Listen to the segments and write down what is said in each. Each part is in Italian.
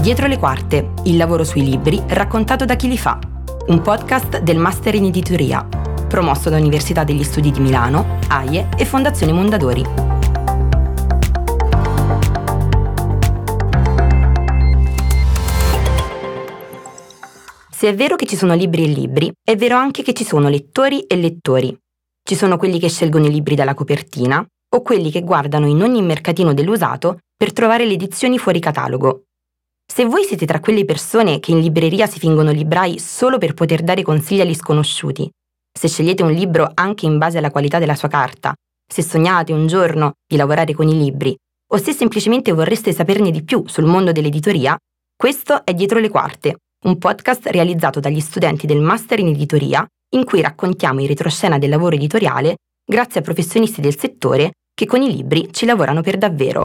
Dietro le quarte, il lavoro sui libri raccontato da chi li fa. Un podcast del Master in Editoria, promosso da Università degli Studi di Milano, AIE e Fondazione Mondadori. Se è vero che ci sono libri e libri, è vero anche che ci sono lettori e lettori. Ci sono quelli che scelgono i libri dalla copertina o quelli che guardano in ogni mercatino dell'usato per trovare le edizioni fuori catalogo. Se voi siete tra quelle persone che in libreria si fingono librai solo per poter dare consigli agli sconosciuti, se scegliete un libro anche in base alla qualità della sua carta, se sognate un giorno di lavorare con i libri, o se semplicemente vorreste saperne di più sul mondo dell'editoria, questo è Dietro le quarte, un podcast realizzato dagli studenti del Master in Editoria, in cui raccontiamo in retroscena del lavoro editoriale grazie a professionisti del settore che con i libri ci lavorano per davvero.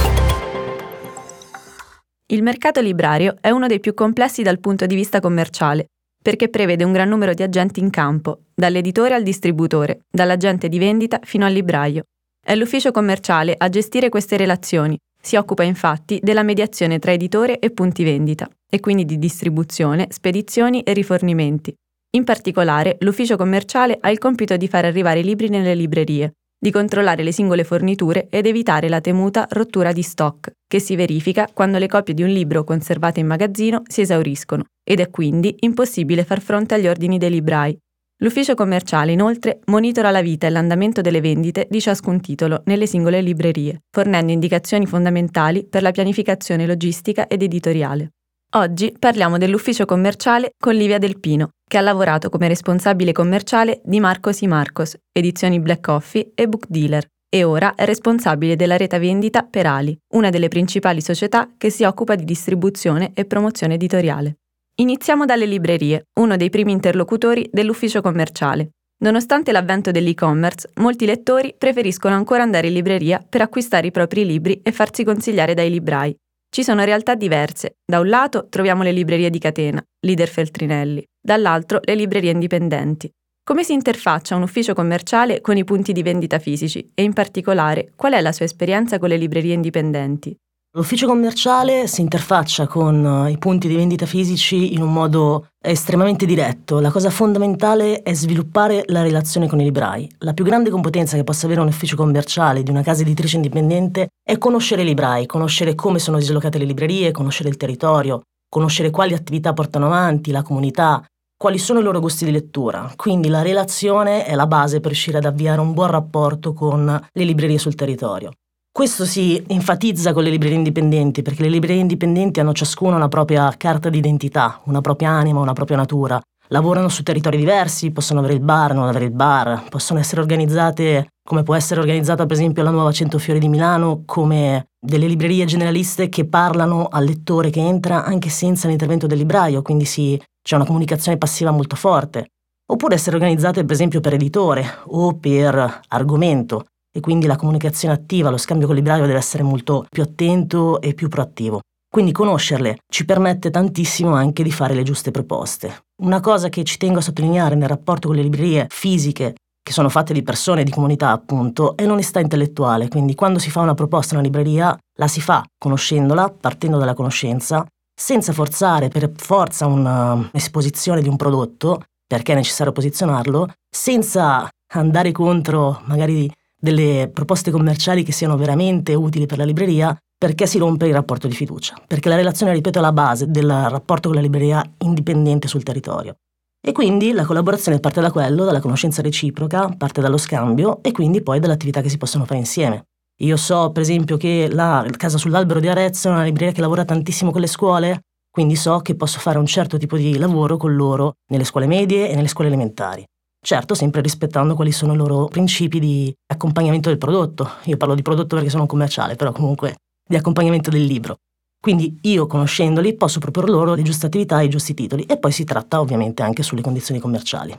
Il mercato librario è uno dei più complessi dal punto di vista commerciale, perché prevede un gran numero di agenti in campo, dall'editore al distributore, dall'agente di vendita fino al libraio. È l'ufficio commerciale a gestire queste relazioni. Si occupa infatti della mediazione tra editore e punti vendita, e quindi di distribuzione, spedizioni e rifornimenti. In particolare, l'ufficio commerciale ha il compito di far arrivare i libri nelle librerie, di controllare le singole forniture ed evitare la temuta rottura di stock, che si verifica quando le copie di un libro conservate in magazzino si esauriscono, ed è quindi impossibile far fronte agli ordini dei librai. L'ufficio commerciale, inoltre, monitora la vita e l'andamento delle vendite di ciascun titolo nelle singole librerie, fornendo indicazioni fondamentali per la pianificazione logistica ed editoriale. Oggi parliamo dell'ufficio commerciale con Livia Del Pino, che ha lavorato come responsabile commerciale di Marcos y Marcos, edizioni Black Coffee e Book Dealer, e ora è responsabile della rete vendita per Ali, una delle principali società che si occupa di distribuzione e promozione editoriale. Iniziamo dalle librerie, uno dei primi interlocutori dell'ufficio commerciale. Nonostante l'avvento dell'e-commerce, molti lettori preferiscono ancora andare in libreria per acquistare i propri libri e farsi consigliare dai librai. Ci sono realtà diverse. Da un lato troviamo le librerie di catena, leader Feltrinelli, dall'altro le librerie indipendenti. Come si interfaccia un ufficio commerciale con i punti di vendita fisici e in particolare qual è la sua esperienza con le librerie indipendenti? L'ufficio commerciale si interfaccia con i punti di vendita fisici in un modo estremamente diretto. La cosa fondamentale è sviluppare la relazione con i librai. La più grande competenza che possa avere un ufficio commerciale di una casa editrice indipendente è conoscere i librai, conoscere come sono dislocate le librerie, conoscere il territorio, conoscere quali attività portano avanti, la comunità, quali sono i loro gusti di lettura. Quindi la relazione è la base per riuscire ad avviare un buon rapporto con le librerie sul territorio. Questo si enfatizza con le librerie indipendenti, perché le librerie indipendenti hanno ciascuna una propria carta d'identità, una propria anima, una propria natura. Lavorano su territori diversi, possono avere il bar, non avere il bar, possono essere organizzate come può essere organizzata per esempio la nuova Centofiori di Milano, come delle librerie generaliste che parlano al lettore che entra anche senza l'intervento del libraio, quindi c'è una comunicazione passiva molto forte. Oppure essere organizzate per esempio per editore o per argomento. E quindi la comunicazione attiva, lo scambio con il libraio deve essere molto più attento e più proattivo. Quindi conoscerle ci permette tantissimo anche di fare le giuste proposte. Una cosa che ci tengo a sottolineare nel rapporto con le librerie fisiche, che sono fatte di persone, di comunità appunto, è l'onestà intellettuale. Quindi quando si fa una proposta in una libreria, la si fa conoscendola, partendo dalla conoscenza, senza forzare per forza un'esposizione di un prodotto, perché è necessario posizionarlo, senza andare contro magari delle proposte commerciali che siano veramente utili per la libreria, perché si rompe il rapporto di fiducia. Perché la relazione, ripeto, è la base del rapporto con la libreria indipendente sul territorio. E quindi la collaborazione parte da quello, dalla conoscenza reciproca, parte dallo scambio e quindi poi dall'attività che si possono fare insieme. Io so, per esempio, che la Casa sull'Albero di Arezzo è una libreria che lavora tantissimo con le scuole, quindi so che posso fare un certo tipo di lavoro con loro nelle scuole medie e nelle scuole elementari. Certo, sempre rispettando quali sono i loro principi di accompagnamento del prodotto. Io parlo di prodotto perché sono un commerciale, però comunque di accompagnamento del libro. Quindi io, conoscendoli, posso proporre loro le giuste attività e i giusti titoli. E poi si tratta ovviamente anche sulle condizioni commerciali.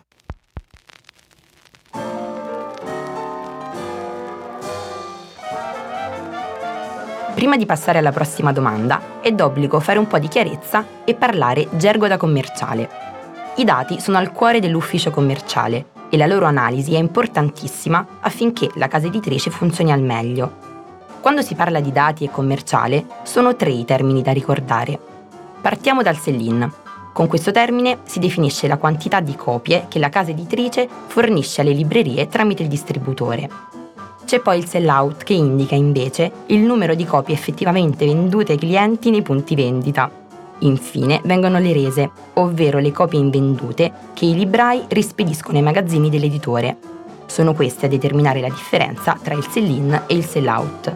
Prima di passare alla prossima domanda, è d'obbligo fare un po' di chiarezza e parlare gergo da commerciale. I dati sono al cuore dell'ufficio commerciale e la loro analisi è importantissima affinché la casa editrice funzioni al meglio. Quando si parla di dati e commerciale, sono 3 i termini da ricordare: Partiamo dal sell-in. Con questo termine si definisce la quantità di copie che la casa editrice fornisce alle librerie tramite il distributore. C'è poi il sell-out, che indica invece il numero di copie effettivamente vendute ai clienti nei punti vendita. Infine vengono le rese, ovvero le copie invendute che i librai rispediscono ai magazzini dell'editore. Sono queste a determinare la differenza tra il sell-in e il sell-out.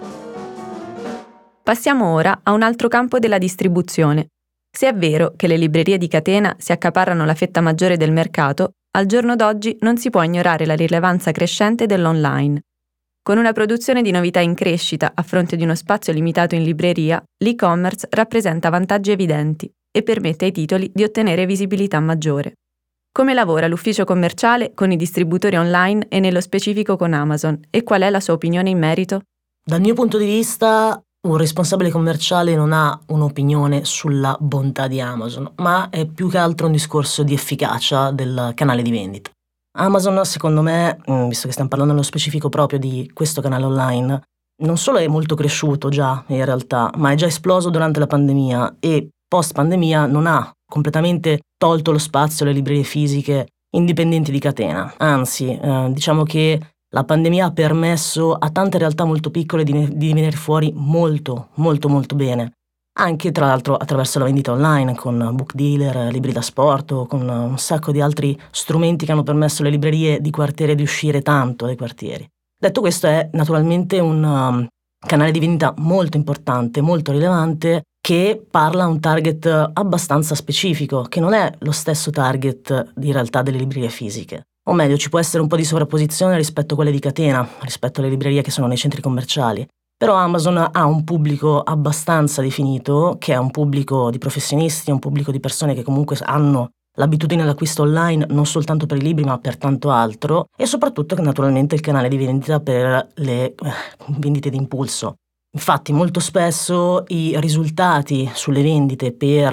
Passiamo ora a un altro campo della distribuzione. Se è vero che le librerie di catena si accaparrano la fetta maggiore del mercato, al giorno d'oggi non si può ignorare la rilevanza crescente dell'online. Con una produzione di novità in crescita a fronte di uno spazio limitato in libreria, l'e-commerce rappresenta vantaggi evidenti e permette ai titoli di ottenere visibilità maggiore. Come lavora l'ufficio commerciale con i distributori online e nello specifico con Amazon, e qual è la sua opinione in merito? Dal mio punto di vista, un responsabile commerciale non ha un'opinione sulla bontà di Amazon, ma è più che altro un discorso di efficacia del canale di vendita. Amazon, secondo me, visto che stiamo parlando nello specifico proprio di questo canale online, non solo è molto cresciuto già in realtà, ma è già esploso durante la pandemia e post pandemia non ha completamente tolto lo spazio alle librerie fisiche indipendenti di catena. Anzi, diciamo che la pandemia ha permesso a tante realtà molto piccole di venire fuori molto, molto, molto bene. Anche tra l'altro attraverso la vendita online, con book dealer, libri da sport o con un sacco di altri strumenti che hanno permesso alle librerie di quartiere di uscire tanto dai quartieri. Detto questo, è naturalmente un canale di vendita molto importante, molto rilevante, che parla a un target abbastanza specifico, che non è lo stesso target in realtà delle librerie fisiche. O meglio, ci può essere un po' di sovrapposizione rispetto a quelle di catena, rispetto alle librerie che sono nei centri commerciali. Però Amazon ha un pubblico abbastanza definito, che è un pubblico di professionisti, un pubblico di persone che comunque hanno l'abitudine all'acquisto online non soltanto per i libri ma per tanto altro, e soprattutto che naturalmente è il canale di vendita per le vendite d'impulso. Infatti molto spesso i risultati sulle vendite per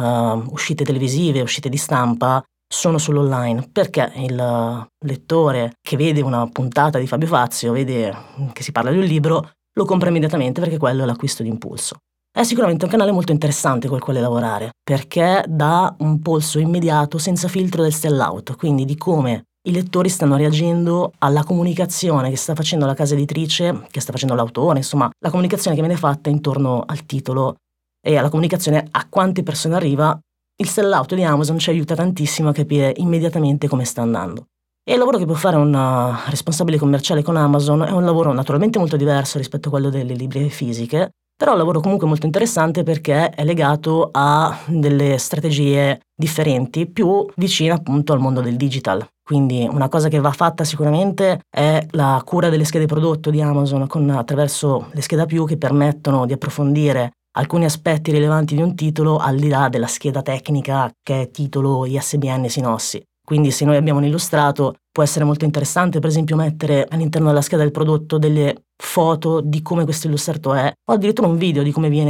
uscite televisive, uscite di stampa, sono sull'online, perché il lettore che vede una puntata di Fabio Fazio, vede che si parla di un libro, lo compra immediatamente perché quello è l'acquisto d'impulso. È sicuramente un canale molto interessante col quale lavorare, perché dà un polso immediato senza filtro del sell-out, quindi di come i lettori stanno reagendo alla comunicazione che sta facendo la casa editrice, che sta facendo l'autore, insomma, la comunicazione che viene fatta intorno al titolo e alla comunicazione a quante persone arriva. Il sell-out di Amazon ci aiuta tantissimo a capire immediatamente come sta andando. E il lavoro che può fare un responsabile commerciale con Amazon è un lavoro naturalmente molto diverso rispetto a quello delle librerie fisiche, però è un lavoro comunque molto interessante perché è legato a delle strategie differenti, più vicine appunto al mondo del digital. Quindi una cosa che va fatta sicuramente è la cura delle schede prodotto di Amazon attraverso le scheda più, che permettono di approfondire alcuni aspetti rilevanti di un titolo al di là della scheda tecnica che è titolo, ISBN, sinossi. Quindi se noi abbiamo un illustrato può essere molto interessante per esempio mettere all'interno della scheda del prodotto delle foto di come questo illustrato è, o addirittura un video di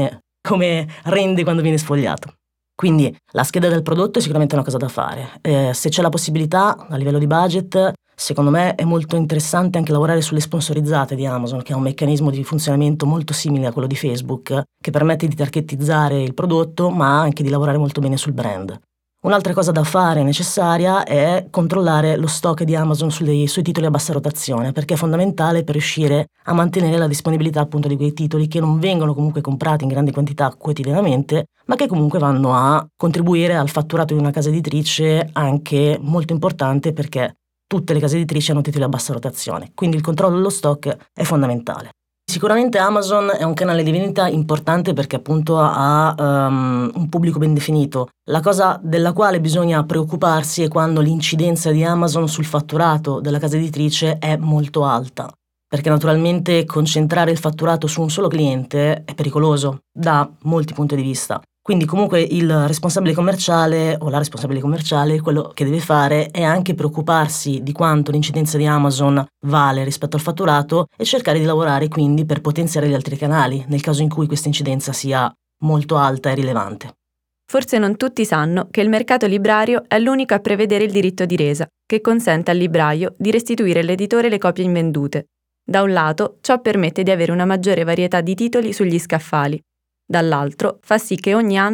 come rende quando viene sfogliato. Quindi la scheda del prodotto è sicuramente una cosa da fare. Se c'è la possibilità a livello di budget, secondo me è molto interessante anche lavorare sulle sponsorizzate di Amazon, che ha un meccanismo di funzionamento molto simile a quello di Facebook, che permette di targetizzare il prodotto ma anche di lavorare molto bene sul brand. Un'altra cosa da fare necessaria è controllare lo stock di Amazon sui titoli a bassa rotazione, perché è fondamentale per riuscire a mantenere la disponibilità appunto di quei titoli che non vengono comunque comprati in grandi quantità quotidianamente, ma che comunque vanno a contribuire al fatturato di una casa editrice, anche molto importante perché tutte le case editrici hanno titoli a bassa rotazione, quindi il controllo dello stock è fondamentale. Sicuramente Amazon è un canale di vendita importante perché appunto ha un pubblico ben definito. La cosa della quale bisogna preoccuparsi è quando l'incidenza di Amazon sul fatturato della casa editrice è molto alta, perché naturalmente concentrare il fatturato su un solo cliente è pericoloso da molti punti di vista. Quindi comunque il responsabile commerciale o la responsabile commerciale quello che deve fare è anche preoccuparsi di quanto l'incidenza di Amazon vale rispetto al fatturato e cercare di lavorare quindi per potenziare gli altri canali nel caso in cui questa incidenza sia molto alta e rilevante. Forse non tutti sanno che il mercato librario è l'unico a prevedere il diritto di resa, che consente al libraio di restituire all'editore le copie invendute. Da un lato, ciò permette di avere una maggiore varietà di titoli sugli scaffali. Dall'altro, fa sì che ogni anno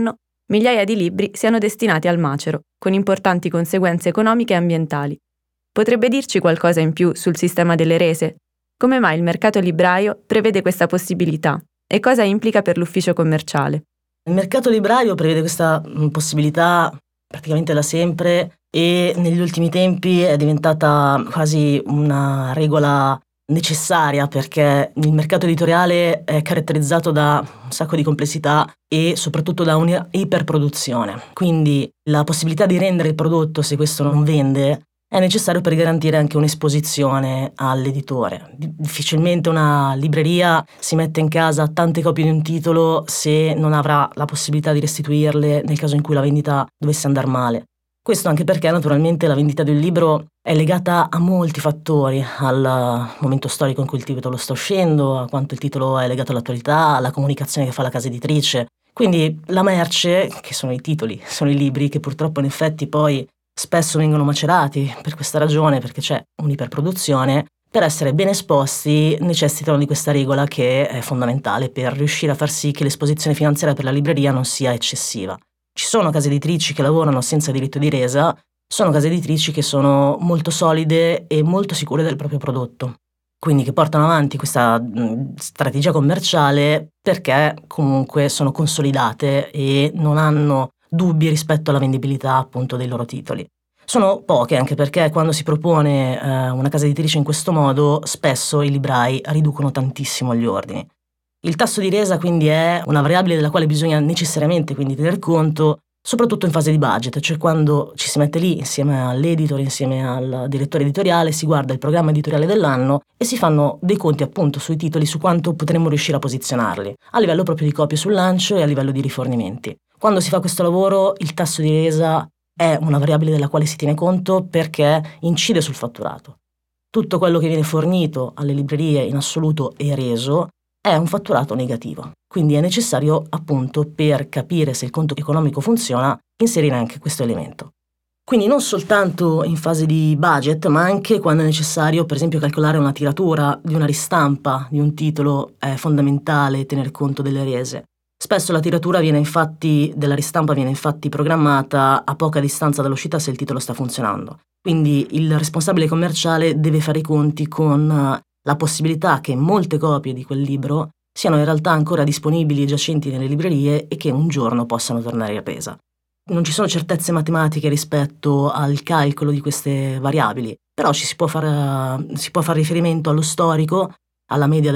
migliaia di libri siano destinati al macero, con importanti conseguenze economiche e ambientali. Potrebbe dirci qualcosa in più sul sistema delle rese? Come mai il mercato libraio prevede questa possibilità? E cosa implica per l'ufficio commerciale? Il mercato libraio prevede questa possibilità praticamente da sempre e negli ultimi tempi è diventata quasi una regola necessaria, perché il mercato editoriale è caratterizzato da un sacco di complessità e soprattutto da un'iperproduzione. Quindi la possibilità di rendere il prodotto, se questo non vende, è necessario per garantire anche un'esposizione all'editore. Difficilmente una libreria si mette in casa tante copie di un titolo se non avrà la possibilità di restituirle nel caso in cui la vendita dovesse andare male. Questo anche perché naturalmente la vendita di un libro è legata a molti fattori, al momento storico in cui il titolo sta uscendo, a quanto il titolo è legato all'attualità, alla comunicazione che fa la casa editrice. Quindi la merce, che sono i titoli, sono i libri, che purtroppo in effetti poi spesso vengono macerati per questa ragione, perché c'è un'iperproduzione, per essere ben esposti necessitano di questa regola che è fondamentale per riuscire a far sì che l'esposizione finanziaria per la libreria non sia eccessiva. Ci sono case editrici che lavorano senza diritto di resa, sono case editrici che sono molto solide e molto sicure del proprio prodotto, quindi che portano avanti questa strategia commerciale perché comunque sono consolidate e non hanno dubbi rispetto alla vendibilità appunto dei loro titoli. Sono poche, anche perché quando si propone una casa editrice in questo modo, spesso i librai riducono tantissimo gli ordini. Il tasso di resa quindi è una variabile della quale bisogna necessariamente quindi tener conto, soprattutto in fase di budget, cioè quando ci si mette lì insieme all'editor, insieme al direttore editoriale, si guarda il programma editoriale dell'anno e si fanno dei conti appunto sui titoli, su quanto potremmo riuscire a posizionarli, a livello proprio di copie sul lancio e a livello di rifornimenti. Quando si fa questo lavoro, il tasso di resa è una variabile della quale si tiene conto perché incide sul fatturato. Tutto quello che viene fornito alle librerie in assoluto e reso è un fatturato negativo. Quindi è necessario, appunto, per capire se il conto economico funziona, inserire anche questo elemento. Quindi non soltanto in fase di budget, ma anche quando è necessario, per esempio, calcolare una tiratura di una ristampa di un titolo, è fondamentale tener conto delle rese. Spesso la tiratura della ristampa viene infatti programmata a poca distanza dall'uscita se il titolo sta funzionando. Quindi il responsabile commerciale deve fare i conti con la possibilità che molte copie di quel libro siano in realtà ancora disponibili e giacenti nelle librerie e che un giorno possano tornare in resa. Non ci sono certezze matematiche rispetto al calcolo di queste variabili, però si può fare riferimento allo storico, alla media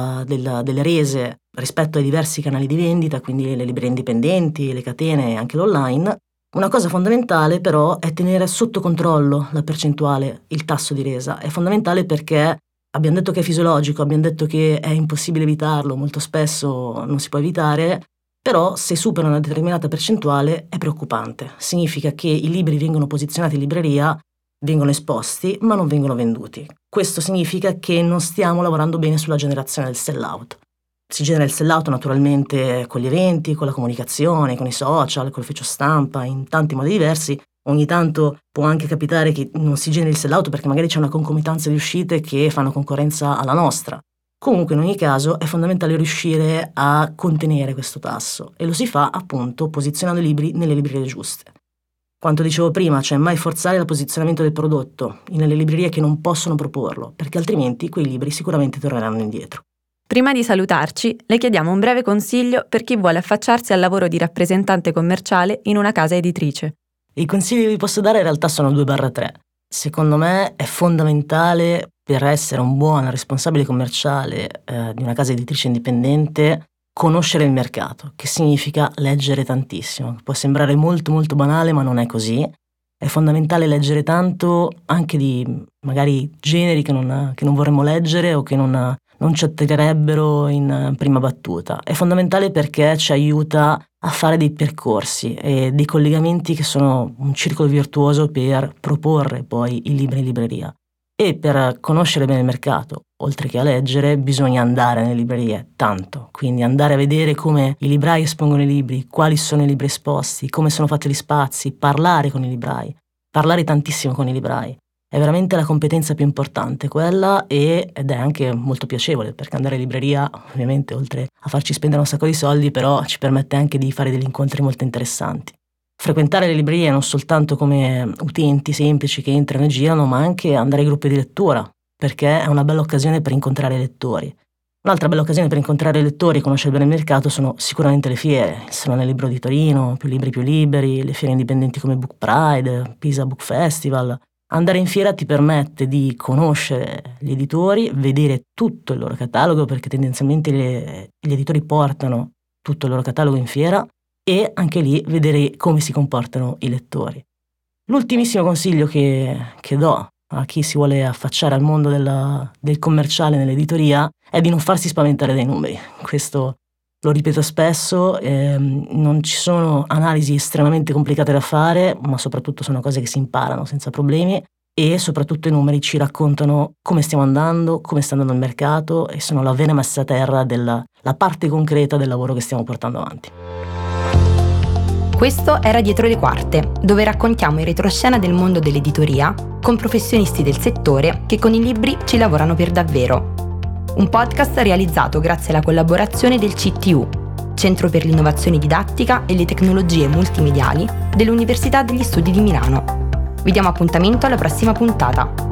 delle rese rispetto ai diversi canali di vendita, quindi le librerie indipendenti, le catene e anche l'online. Una cosa fondamentale però è tenere sotto controllo la percentuale, il tasso di resa. È fondamentale perché abbiamo detto che è fisiologico, abbiamo detto che è impossibile evitarlo, molto spesso non si può evitare, però se supera una determinata percentuale è preoccupante. Significa che i libri vengono posizionati in libreria, vengono esposti, ma non vengono venduti. Questo significa che non stiamo lavorando bene sulla generazione del sell-out. Si genera il sell-out naturalmente con gli eventi, con la comunicazione, con i social, con l'ufficio stampa, in tanti modi diversi. Ogni tanto può anche capitare che non si generi il sell-out perché magari c'è una concomitanza di uscite che fanno concorrenza alla nostra. Comunque in ogni caso è fondamentale riuscire a contenere questo tasso e lo si fa appunto posizionando i libri nelle librerie giuste. Quanto dicevo prima, cioè mai forzare il posizionamento del prodotto nelle librerie che non possono proporlo, perché altrimenti quei libri sicuramente torneranno indietro. Prima di salutarci, le chiediamo un breve consiglio per chi vuole affacciarsi al lavoro di rappresentante commerciale in una casa editrice. I consigli che vi posso dare in realtà sono 2/3. Secondo me è fondamentale per essere un buon responsabile commerciale di una casa editrice indipendente conoscere il mercato, che significa leggere tantissimo. Può sembrare molto molto banale, ma non è così. È fondamentale leggere tanto anche di magari generi che non vorremmo leggere o che non ci attirerebbero in prima battuta. È fondamentale perché ci aiuta a fare dei percorsi e dei collegamenti che sono un circolo virtuoso per proporre poi i libri in libreria. E per conoscere bene il mercato, oltre che a leggere, bisogna andare nelle librerie, tanto. Quindi andare a vedere come i librai espongono i libri, quali sono i libri esposti, come sono fatti gli spazi, parlare con i librai, parlare tantissimo con i librai. È veramente la competenza più importante quella, ed è anche molto piacevole, perché andare in libreria ovviamente, oltre a farci spendere un sacco di soldi, però ci permette anche di fare degli incontri molto interessanti. Frequentare le librerie non soltanto come utenti semplici che entrano e girano, ma anche andare ai gruppi di lettura, perché è una bella occasione per incontrare i lettori. Un'altra bella occasione per incontrare i lettori e conoscere bene il mercato sono sicuramente le fiere, il Salone Libro di Torino, Più Libri Più Liberi, le fiere indipendenti come Book Pride, Pisa Book Festival. Andare in fiera ti permette di conoscere gli editori, vedere tutto il loro catalogo, perché tendenzialmente gli editori portano tutto il loro catalogo in fiera, e anche lì vedere come si comportano i lettori. L'ultimissimo consiglio che do a chi si vuole affacciare al mondo del commerciale nell'editoria è di non farsi spaventare dai numeri. Questo lo ripeto spesso, non ci sono analisi estremamente complicate da fare, ma soprattutto sono cose che si imparano senza problemi, e soprattutto i numeri ci raccontano come stiamo andando, come sta andando il mercato, e sono la vena messa a terra della parte concreta del lavoro che stiamo portando avanti. Questo era Dietro le Quarte, dove raccontiamo in retroscena del mondo dell'editoria con professionisti del settore che con i libri ci lavorano per davvero. Un podcast realizzato grazie alla collaborazione del CTU, Centro per l'Innovazione Didattica e le Tecnologie Multimediali dell'Università degli Studi di Milano. Vi diamo appuntamento alla prossima puntata.